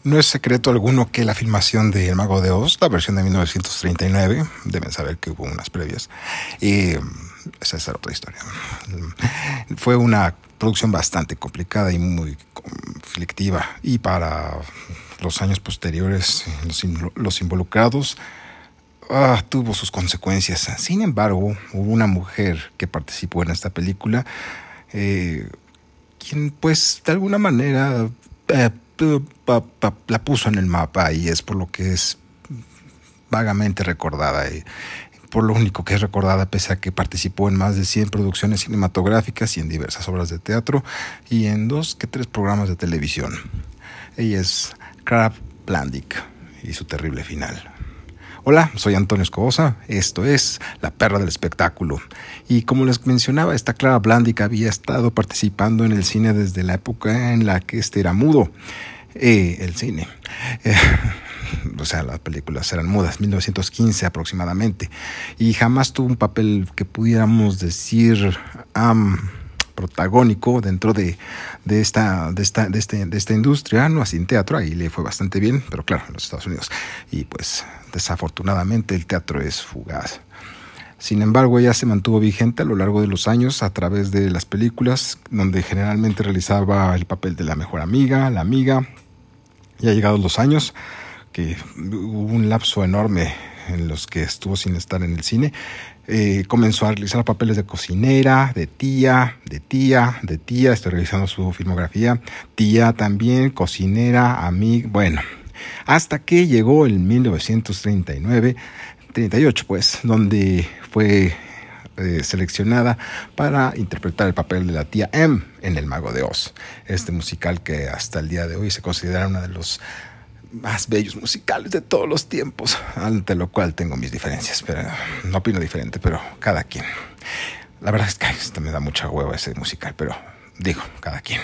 No es secreto alguno que la filmación de El Mago de Oz, la versión de 1939, deben saber que hubo unas previas, esa es otra historia, fue una producción bastante complicada y muy conflictiva, y para los años posteriores los involucrados tuvo sus consecuencias. Sin embargo, hubo una mujer que participó en esta película, quien pues de alguna manera la puso en el mapa, y es por lo que es vagamente recordada, y por lo único que es recordada, pese a que participó en más de 100 producciones cinematográficas y en diversas obras de teatro y en 2 que 3 programas de televisión. Ella es Clara Blandick y su terrible final. Hola, soy Antonio Escobosa, esto es La Perra del Espectáculo. Y como les mencionaba, esta Clara Blandick había estado participando en el cine desde la época en la que era mudo. El cine. O sea, las películas eran mudas, 1915 aproximadamente. Y jamás tuvo un papel que pudiéramos decir protagónico dentro de esta industria, no así en teatro, ahí le fue bastante bien, pero claro, en los Estados Unidos. Y pues desafortunadamente el teatro es fugaz. Sin embargo, ella se mantuvo vigente a lo largo de los años a través de las películas, donde generalmente realizaba el papel de la mejor amiga, la amiga. Ya llegados los años, que hubo un lapso enorme en los que estuvo sin estar en el cine, comenzó a realizar papeles de cocinera, de tía, estoy revisando su filmografía, tía también, cocinera, amiga, bueno, hasta que llegó el 1938 pues, donde fue seleccionada para interpretar el papel de la tía Em en El Mago de Oz, este musical que hasta el día de hoy se considera uno de los más bellos musicales de todos los tiempos, ante lo cual tengo mis diferencias, pero no opino diferente, pero cada quien. La verdad es que me da mucha hueva ese musical, pero digo, cada quien.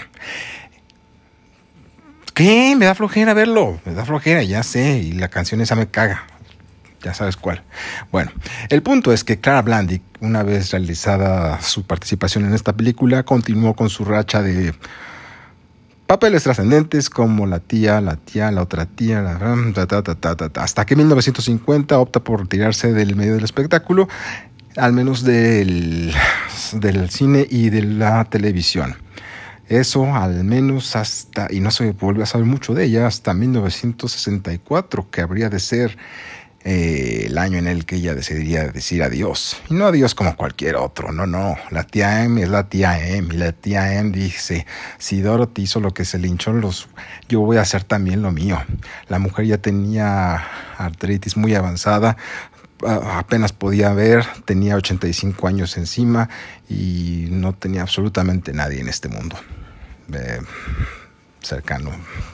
¿Qué? Me da flojera verlo, me da flojera, ya sé, y la canción esa me caga. Ya sabes cuál. Bueno, el punto es que Clara Blandick, una vez realizada su participación en esta película, continuó con su racha de papeles trascendentes como la otra tía, hasta que en 1950 opta por retirarse del medio del espectáculo, al menos del cine y de la televisión. Eso al menos hasta, y no se volvió a saber mucho de ella, hasta 1964, que habría de ser el año en el que ella decidiría decir adiós. Y no adiós como cualquier otro, no. La tía Em es la tía Em, y la tía Em dice, si Dorothy hizo lo que se le hinchó yo voy a hacer también lo mío. La mujer ya tenía artritis muy avanzada, apenas podía ver, tenía 85 años encima y no tenía absolutamente nadie en este mundo cercano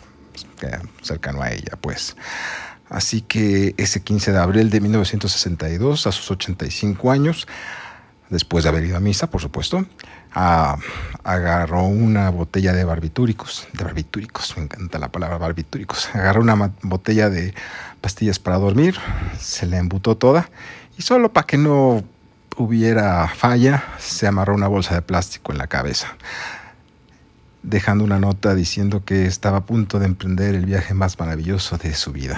a ella, pues. Así que ese 15 de abril de 1962, a sus 85 años, después de haber ido a misa, por supuesto, agarró una botella de barbitúricos, me encanta la palabra barbitúricos, agarró una botella de pastillas para dormir, se la embutó toda, y solo para que no hubiera falla, se amarró una bolsa de plástico en la cabeza, dejando una nota diciendo que estaba a punto de emprender el viaje más maravilloso de su vida.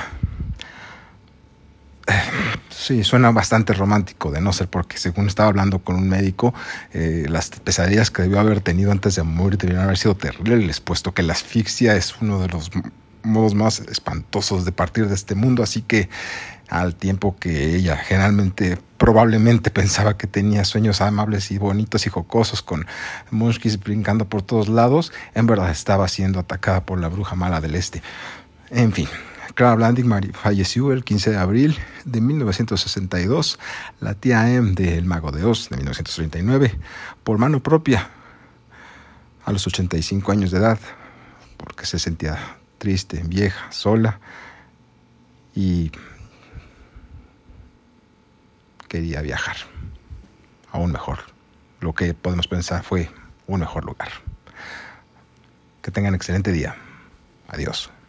Sí, suena bastante romántico, de no ser porque, según estaba hablando con un médico, las pesadillas que debió haber tenido antes de morir debieron haber sido terribles, puesto que la asfixia es uno de los modos más espantosos de partir de este mundo. Así que, al tiempo que ella probablemente pensaba que tenía sueños amables y bonitos y jocosos con monkeys brincando por todos lados, en verdad estaba siendo atacada por la bruja mala del este. En fin, Clara Blandick falleció el 15 de abril de 1962, la tía Em de El Mago de Oz de 1939, por mano propia, a los 85 años de edad, porque se sentía triste, vieja, sola, y quería viajar a un mejor, lo que podemos pensar fue un mejor lugar. Que tengan excelente día. Adiós.